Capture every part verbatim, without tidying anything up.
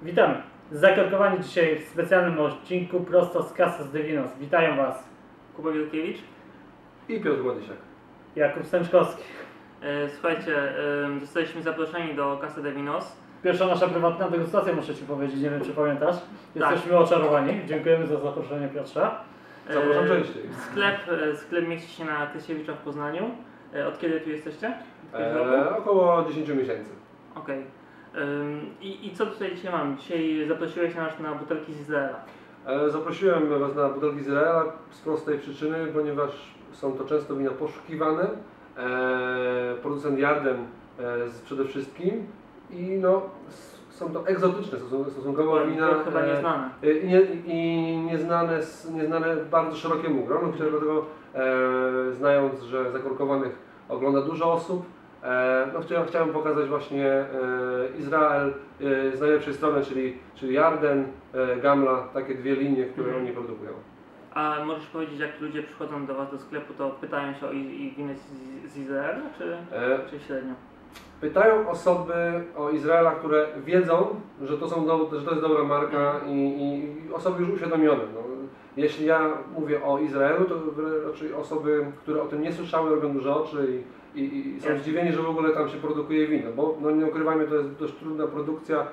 Witamy. Zakorkowani dzisiaj w specjalnym odcinku prosto z Casa de Vinos. Witają Was Kuba Wielkiewicz i Piotr Ładysiak. Jakub Stęczkowski. Słuchajcie, zostaliśmy zaproszeni do Casa de Vinos. Pierwsza nasza prywatna degustacja, muszę Ci powiedzieć, nie wiem czy pamiętasz. Jesteśmy tak. oczarowani. Dziękujemy za zaproszenie, Piotrze. Zapraszam częściej. Sklep, sklep mieści się na Tysiewicza w Poznaniu. Od kiedy tu jesteście? Eee, około dziesięć miesięcy. Okej. Okay. I, I co tutaj dzisiaj mamy? Dzisiaj zaprosiłeś nas na butelki z Izraela. Eee, zaprosiłem Was na butelki z Izraela z prostej przyczyny, ponieważ są to często wina poszukiwane. Eee, producent Jarden e, przede wszystkim. I no, są to egzotyczne stosunkowo to wina. To chyba nieznane. E, I, nie, i nieznane, nieznane bardzo szerokiemu gronu, mm. dlatego e, znając, że zakorkowanych ogląda dużo osób, e, no, chciałem, chciałem pokazać właśnie e, Izrael e, z najlepszej strony, czyli, czyli Jarden, e, Gamla, takie dwie linie, które mm. oni produkują. A możesz powiedzieć, jak ludzie przychodzą do Was do sklepu, to pytają się o ich winy z, z Izraela, czy, e, czy średnio? Pytają osoby o Izraela, które wiedzą, że to, są do, że to jest dobra marka i, i osoby już uświadomione. No, jeśli ja mówię o Izraelu, to raczej osoby, które o tym nie słyszały, robią duże oczy i, i, i są zdziwieni, że w ogóle tam się produkuje wino, bo no, nie ukrywajmy, to jest dość trudna produkcja,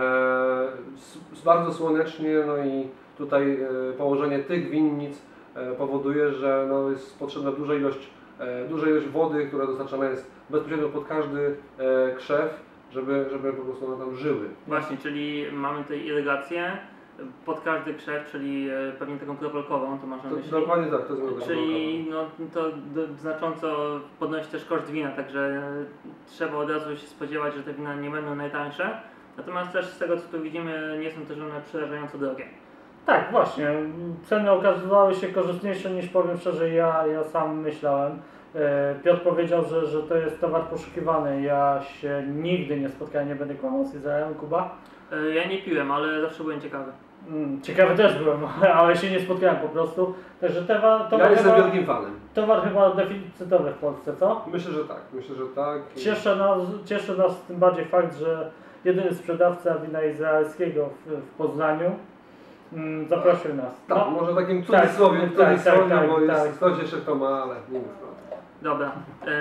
e, bardzo słonecznie, no i tutaj e, położenie tych winnic e, powoduje, że no, jest potrzebna duża ilość duża ilość wody, która dostarczana jest bezpośrednio pod każdy e, krzew, żeby, żeby po prostu one tam żyły. Właśnie, czyli mamy tutaj irygację pod każdy krzew, czyli e, pewnie taką kropelkową, to masz na myśli. Dokładnie tak, to jest moja Czyli no, to do, znacząco podnosi też koszt wina, także trzeba od razu się spodziewać, że te wina nie będą najtańsze. Natomiast też z tego, co tu widzimy, nie są też one przerażająco drogie. Tak, właśnie. Ceny okazywały się korzystniejsze niż, powiem szczerze, ja, ja sam myślałem. Piotr powiedział, że, że to jest towar poszukiwany. Ja się nigdy nie spotkałem, nie będę kłamał z Izraelem. Kuba? Ja nie piłem, ale zawsze byłem ciekawy. Mm, ciekawy też byłem, ale się nie spotkałem po prostu. Także towar, towar ja jestem chyba, wielkim fanem. Towar chyba deficytowy w Polsce, co? Myślę, że tak. Myślę, że tak. Cieszy nas, cieszy nas tym bardziej fakt, że jedyny sprzedawca wina izraelskiego w, w Poznaniu Mm, zaprosił nas. Tak, no. Może takim cudzysłowie, tak, w cudzysłowie, tak, tak, bo tak, jest ktoś jeszcze kto ma, ale nie mów. Dobra,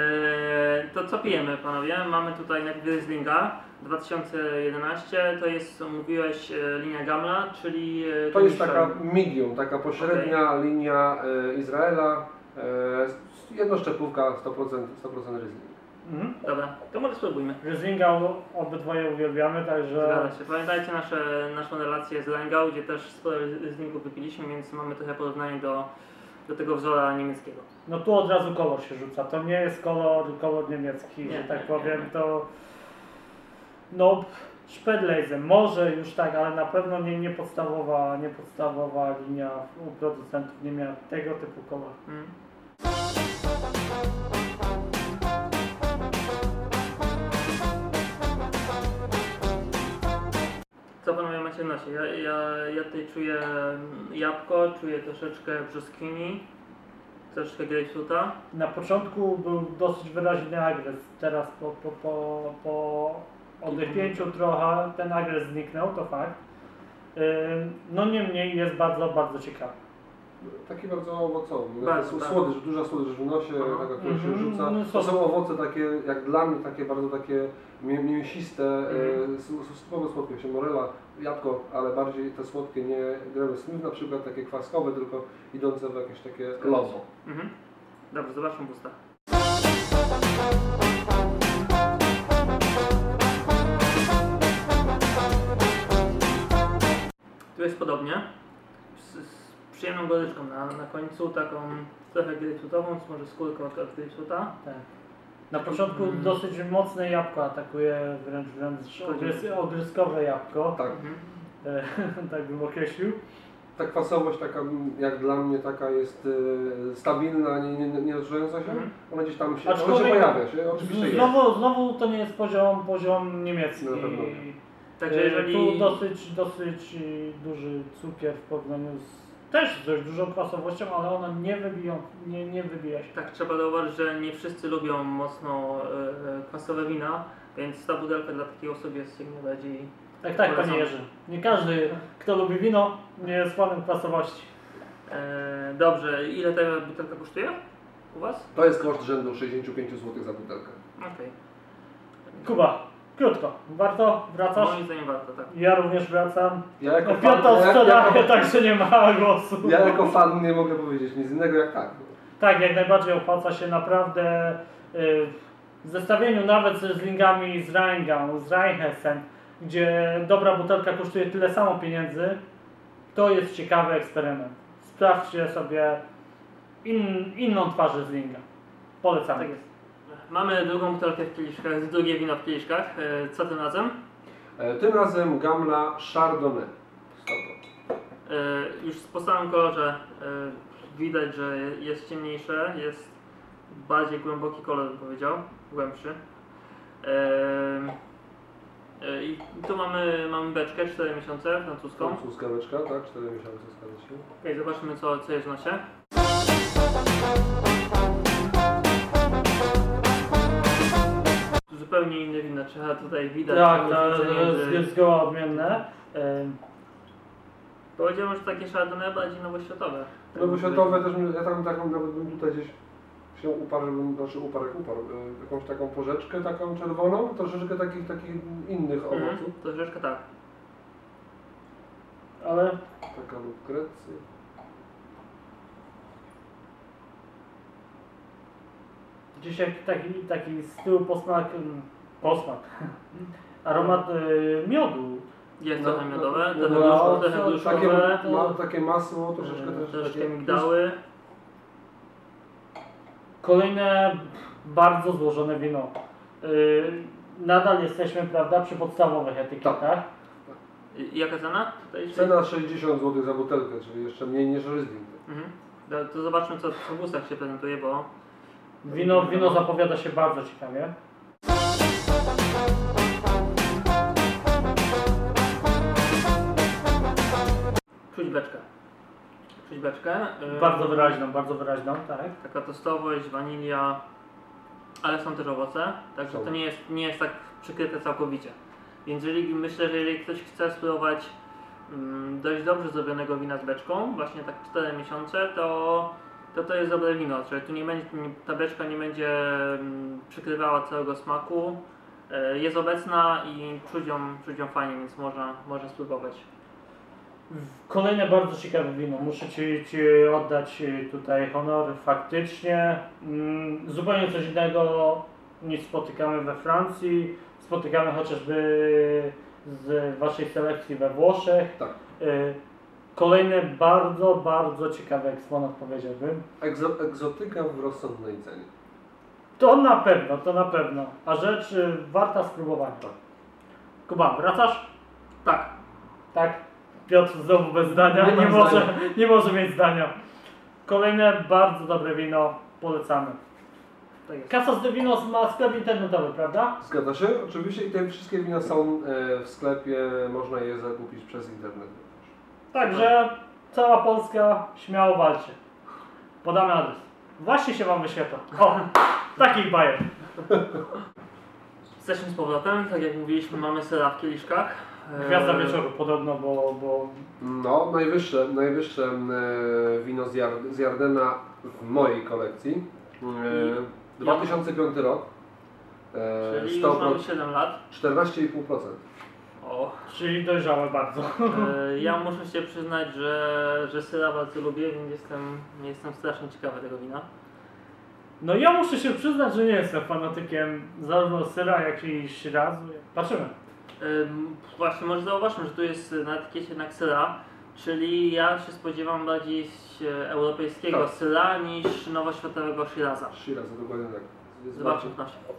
eee, to co pijemy, panowie? Mamy tutaj najpierw Rieslinga dwa tysiące jedenaście, to jest, mówiłeś, linia Gamla, czyli... To jest taka medium, taka pośrednia okay. linia e, Izraela, e, jednoszczepówka sto procent, sto procent Riesling. Mhm. Dobra, to może spróbujmy. Rieslinga obydwoje uwielbiamy, także... Zgadza się. Pamiętajcie nasze, naszą relację z Lengau, gdzie też sporo Rieslingów wypiliśmy, więc mamy trochę porównanie do, do tego wzora niemieckiego. No tu od razu kolor się rzuca, to nie jest kolor, kolor niemiecki, nie, że tak nie, powiem, nie, nie. to... No, Spätlese, może już tak, ale na pewno nie, nie, podstawowa, nie podstawowa linia u producentów nie miała tego typu kolor. Hmm. Co panowie macie w nosie? Ja, ja, ja tutaj czuję jabłko, czuję troszeczkę brzoskwini, troszeczkę grapefruita. Na początku był dosyć wyraźny agres, teraz po, po, po, po odechnięciu trochę ten agres zniknął, to fakt. No niemniej jest bardzo, bardzo ciekawy. Taki bardzo owocowy, bardzo, słodycz, bardzo. Duża słodycz w nosie, taka, która mm -hmm. się rzuca. To są owoce takie, jak dla mnie, takie bardzo takie mięsiste, mm. typowo słodkie, się morela, jabłko, ale bardziej te słodkie, nie Granny Smith na przykład, takie kwaskowe, tylko idące w jakieś takie lowo. Mm -hmm. Dobrze, zobaczmy w ustach. Tu jest podobnie. Przyjemną goryczką na, na końcu, taką trochę grapefruitową, może skórkę od grapefruita. Tak. Na początku mm. dosyć mocne jabłko atakuje, wręcz wręcz ogrys, ogryskowe jabłko. Tak. Mm. tak bym określił. Ta kwasowość taka, jak dla mnie, taka jest y, stabilna, nie, nie, nie rozszerzająca się. Mm. Ona gdzieś tam się, ona się pojawia, się, oczywiście znowu, jest. Znowu to nie jest poziom, poziom niemiecki. No, Także jeżeli... Tu dosyć, dosyć duży cukier w porównaniu z też z dość dużą kwasowością, ale ona nie wybija, nie, nie wybija się. Tak, trzeba zauważyć, że nie wszyscy lubią mocno e, kwasowe wina, więc ta butelka dla takiej osoby jest jak najbardziej Tak, tak, Polecam. panie Jerzy. Nie każdy, kto lubi wino, nie jest fanem kwasowości. E, dobrze, ile ta butelka kosztuje u Was? To jest koszt rzędu sześćdziesiąt pięć złotych za butelkę. Okej. Kuba, krótko. Warto? Wracasz? Moim zdaniem warto, tak. Ja również wracam. Ja jako No, fan, Piotr ja, sprzedaje, jako, także nie ma głosu. ja jako fan nie mogę powiedzieć nic innego jak tak. Tak, jak najbardziej opłaca się naprawdę y, w zestawieniu nawet ze Zlingami z Rheingau, z Rheinhessen, gdzie dobra butelka kosztuje tyle samo pieniędzy, to jest ciekawy eksperyment. Sprawdźcie sobie in, inną twarz Zlinga. Polecam. Tak jest. Mamy drugą butelkę w kieliszkach, drugie wino w kieliszkach. E, co tym razem? E, tym razem Gamla Chardonnay. E, już po samym kolorze e, widać, że jest ciemniejsze, jest bardziej głęboki kolor, bym powiedział, głębszy. E, e, I tu mamy, mamy beczkę, cztery miesiące, francuską. Francuska beczka, tak? cztery miesiące zgadza się. Okej, zobaczmy co, co jest w nosie. Zupełnie inne wino, trzeba tutaj widać. Tak, to różnicę jest, między- jest zgoła odmienne. Y, Powiedziałbym, że takie Chardonnay bardziej nowoświatowe. Tak No bo bym światowe też, ja tam taką nawet bym tutaj gdzieś się uparł, żebym, znaczy uparł jak uparł, e, jakąś taką porzeczkę taką czerwoną, troszeczkę takich, takich innych powiedział. owoców. Mhm, troszeczkę tak. ale Taka lukrecja. gdzieś jak taki, taki z tyłu posmak, mm, posmak, aromat y, miodu. Jest No, trochę miodowe, no, trochę no, gruszkowe, to- trochę to- gruszkowe, Takie, ma, takie masło, troszeczkę E, też troszeczkę takie, migdały. Kolejne bardzo złożone wino. Y, nadal jesteśmy, prawda, przy podstawowych etykietach. I jaka cena? Tutaj Cena sześćdziesiąt złotych za butelkę, czyli jeszcze mniej niż Riesling. Mhm. To, to zobaczmy co w gustach się prezentuje, bo Wino, wino zapowiada się bardzo ciekawie. czuć beczkę. Czuć beczkę. Yy, Bardzo wyraźną, bardzo wyraźną, tak. Taka tostowość, wanilia, ale są też owoce, także Są. to nie jest, nie jest tak przykryte całkowicie. Więc jeżeli, myślę, że jeżeli ktoś chce spróbować mm, dość dobrze zrobionego wina z beczką, właśnie tak cztery miesiące, to to, to jest dobre wino, czyli tu nie będzie, nie, ta beczka nie będzie mm, przykrywała całego smaku, e, jest obecna i czuć ją, czuć ją fajnie, więc można, można spróbować. Kolejne bardzo ciekawe wino. Muszę Ci, ci oddać tutaj honor. Faktycznie mm, zupełnie coś innego niż spotykamy we Francji. Spotykamy chociażby z Waszej selekcji we Włoszech. Tak. Y, Kolejny bardzo, bardzo ciekawy eksponat, powiedziałbym. Egzo, egzotyka w rozsądnej cenie. To na pewno, to na pewno. A rzecz y, warta spróbowania. Kuba, wracasz? Tak, Tak. Piotr znowu bez zdania, Nie nie, mam może, zdania. nie może mieć zdania. Kolejne bardzo dobre wino, polecamy. tak jest. Casas de Vinos ma sklep internetowy, prawda? Zgadza się? Oczywiście i te wszystkie wina są e, w sklepie, można je zakupić przez internet. Także cała Polska, śmiało walcie. Podamy adres. Właśnie się Wam wyświetla. O, takich bajer. Jesteśmy z powrotem, tak jak mówiliśmy, mamy sera w kieliszkach. E, Gwiazda wieczoru podobno, bo, bo No, najwyższe, najwyższe e, wino z, Jar, z Jardena w mojej kolekcji. E, dwa tysiące piąty rok. E, Czyli sto już mamy pro- siedem lat. czternaście i pół procent. O, czyli dojrzałe bardzo. e, ja muszę się przyznać, że, że syra bardzo lubię, więc jestem, jestem strasznie ciekawy tego wina. No ja muszę się przyznać, że nie jestem fanatykiem zarówno syra, jak i śrazu. Patrzymy. Ym, Właśnie, może zauważmy, że tu jest na etykiecie jednak syra, czyli ja się spodziewam bardziej e, europejskiego Tak. syra niż nowoświatowego Shiraza. Trzy razy dokładnie tak. Jest Zobaczmy w nosie.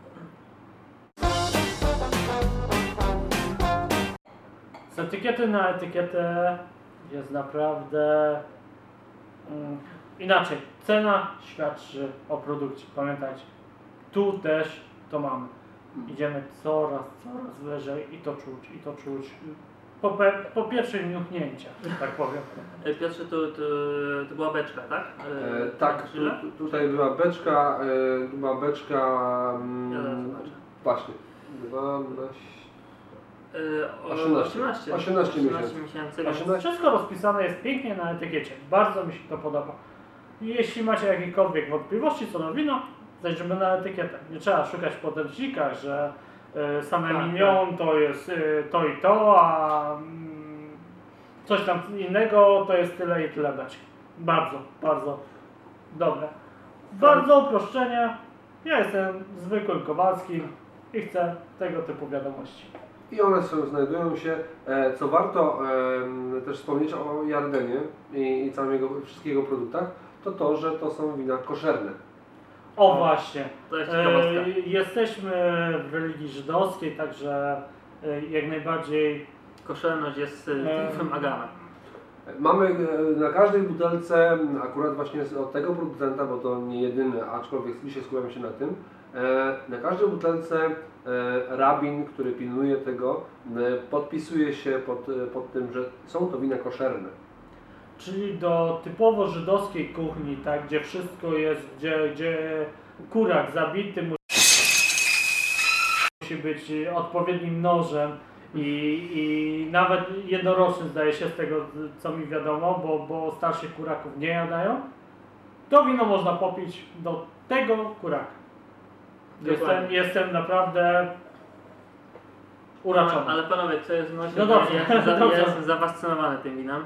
Z etykiety na etykietę jest naprawdę mm, inaczej. Cena świadczy o produkcie. Pamiętajcie, tu też to mamy. Idziemy coraz, coraz wyżej i to czuć, i to czuć. Po, pe, po pierwszych niuchnięciach, tak powiem. E, Piotrze, tu, tu, tu była beczka, tak? E, E, tak, tu, Ile? tu, tutaj była beczka, e, tu była beczka, Ja zaraz mm, zobaczę. właśnie, dwanaście, Yy, osiemnaście. osiemnaście. osiemnaście miesięcy. Więc... osiemnaście. Wszystko rozpisane jest pięknie na etykiecie. Bardzo mi się to podoba. I jeśli macie jakiekolwiek wątpliwości co do wina, zajrzymy na etykietę. Nie trzeba szukać w podręcznikach, że y, same Tak, minion to jest y, to i to, a mm, coś tam innego to jest tyle i tyle beczki. Bardzo, bardzo dobre. Bardzo uproszczenie. Ja jestem zwykłym Kowalskim i chcę tego typu wiadomości. I one są, znajdują się, e, co warto e, też wspomnieć o Jardenie i, i całym jego, wszystkich jego produktach, to to, że to są wina koszerne. O właśnie, To jest ciekawostka. e, jesteśmy w religii żydowskiej, także e, jak najbardziej Koszerność jest y, Em. wymagana. Mamy e, na każdej butelce, akurat właśnie z- od tego producenta, bo to nie jedyny, aczkolwiek dzisiaj skupiamy się na tym, e, na każdej butelce e, rabin, który pilnuje tego, e, podpisuje się pod, e, pod tym, że są to wina koszerne. czyli do typowo żydowskiej kuchni, tak, gdzie wszystko jest, gdzie, gdzie kurak zabity musi być odpowiednim nożem i, i nawet jednoroczny zdaje się z tego co mi wiadomo, bo, bo starszych kuraków nie jadają, to wino można popić do tego kuraka. Jestem, Dokładnie. jestem naprawdę uraczony. Ale panowie, co jest no, No dobrze, ja, jestem za, dobrze. ja jestem zafascynowany tym winem.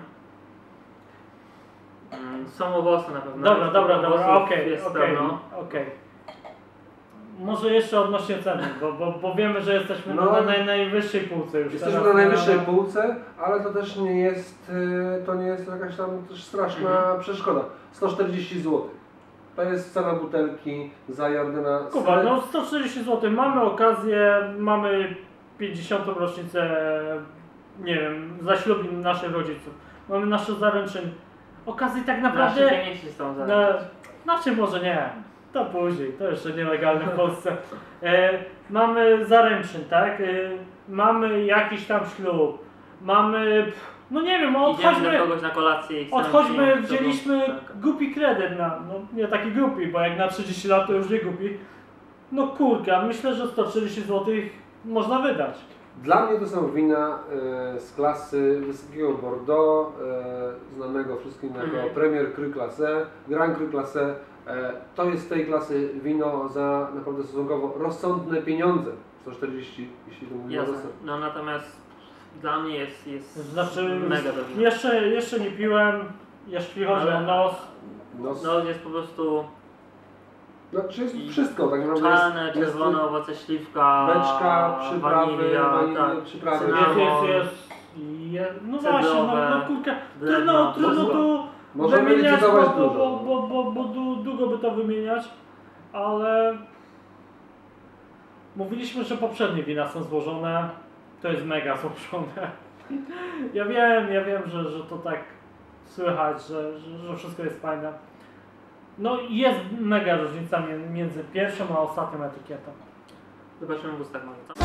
Mm, Są owoce na pewno. Dobra, Jest- dobra, owoców dobra, okej, jest okej, pełno. okej. Może jeszcze odnośnie ceny, bo, bo, bo wiemy, że jesteśmy No, na naj, najwyższej półce już Jesteśmy teraz. na najwyższej półce, ale to też nie jest, e, to nie jest jakaś tam też straszna Mhm. przeszkoda. sto czterdzieści złotych. To jest cena butelki za Jardena. Kuba, no sto czterdzieści złotych. Mamy okazję, mamy pięćdziesiątą rocznicę, nie wiem, zaślubin naszych rodziców. Mamy nasze zaręczyny. Okazji tak Nasze naprawdę... pieniędzy są No, za. znaczy może nie, to później, to jeszcze nielegalne w Polsce. E, mamy zaręczyn, tak? E, mamy jakiś tam ślub, mamy, pff, no nie wiem, Idziemy odchodźmy, do kogoś na kolację i chcemy odchodźmy, przyjąć wzięliśmy kogoś, tak. głupi kredyt na, no nie taki głupi, bo jak na trzydzieści lat to już nie głupi. No kurka, myślę, że sto trzydzieści złotych można wydać. Dla mnie to są wina e, z klasy wysokiego Bordeaux, e, znanego wszystkim jako Mhm. Premier Cru Classé, Grand Cru Classé. E, to jest z tej klasy wino za naprawdę stosunkowo rozsądne pieniądze. sto czterdzieści, jeśli to mówimy o Jasne. rozsąd- No natomiast dla mnie jest, jest Znaczy, mega do wina. jeszcze, jeszcze nie piłem, jeśli chodzi Ale- o nos. No, No jest po prostu znaczy jest i wszystko tak naprawdę. czarne, jest, jest czerwone owoce, śliwka, beczka, przyprawy, wanilia, wanilie, tak, przyprawy. Jest, cynamon, jest, jest, je, no właśnie, no, cedrowe, no kurka, drewno, trudno, trudno wszystko. tu Możemy wymieniać, bo, licytować bo, dużo. bo, bo, bo, bo du, długo by to wymieniać, ale mówiliśmy, że poprzednie wina są złożone, to jest mega złożone. Ja wiem, ja wiem, że, że to tak słychać, że, że, że wszystko jest fajne. No i jest mega różnica mie- między pierwszą a ostatnią etykietą. Zobaczymy w ustach może, co?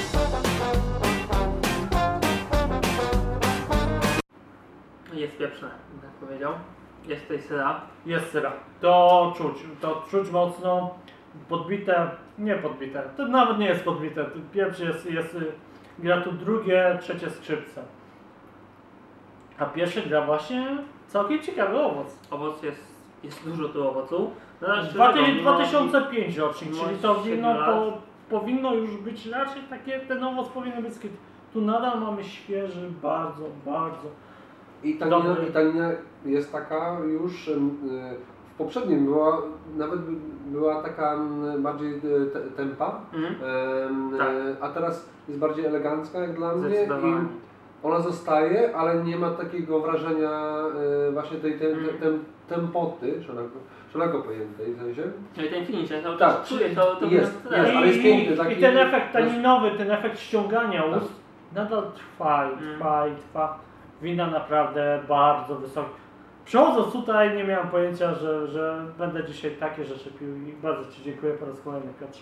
Jest pieprzne, tak powiedział. Jest tutaj syra. Jest syra. To czuć, to czuć mocno. Podbite, nie podbite, to nawet nie jest podbite. Tu Pieprz jest, jest, y, gra tu drugie, trzecie skrzypce. A pierwszy gra właśnie całkiem ciekawy owoc. Owoc jest, jest dużo tu owocu. No, ale Dwa szczerze, ty- mimo- dwa tysiące piąty rocznik, mimo czyli to siedmiu wino lat. po, powinno już być raczej takie, ten owoc powinien być skryty. Tu nadal mamy świeży, bardzo, bardzo. I tanina, Dobry. i tanina jest taka już, em, y, w poprzednim była, nawet by- była taka mm, bardziej y, te, tempa, Mhm. em, Tak. y, a teraz jest bardziej elegancka jak dla mnie i Zdecydowanie. ona zostaje, ale nie ma takiego wrażenia y, właśnie tej tem, Mhm. tem, tempoty, szeroko, szeroko pojętej w sensie. No i ten finish, ja cały Tak, czas czuję to, to jest, wino jest, tyle. ale jest piękny, I, taki- I ten efekt taninowy, ten efekt ściągania Tak. ust nadal trwa i Mm. trwa i trwa. Wina naprawdę bardzo wysokie. Przychodząc tutaj nie miałem pojęcia, że, że będę dzisiaj takie rzeczy pił i bardzo Ci dziękuję po raz kolejny, Piotrze.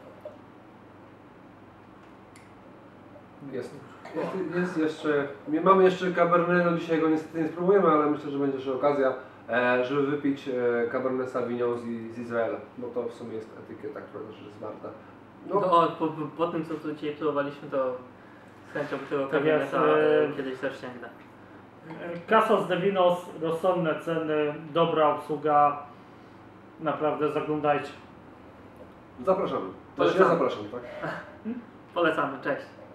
Jest. Jest, jest jeszcze, nie mamy jeszcze Cabernet, no dzisiaj go niestety nie spróbujemy, ale myślę, że będzie jeszcze okazja, e, żeby wypić e, Cabernet Sauvignon z, z Izraela, bo to w sumie jest etykieta, która też jest warta. No, o, po, po, po tym co tu dzisiaj próbowaliśmy to Z chęcią tego Tak kabineta jest, e, e, kiedyś też sięgnę. Casas de Vinos, rozsądne ceny, dobra obsługa. Naprawdę zaglądajcie. Zapraszamy. Też ja Polecamy. zapraszam, tak? Polecamy, cześć.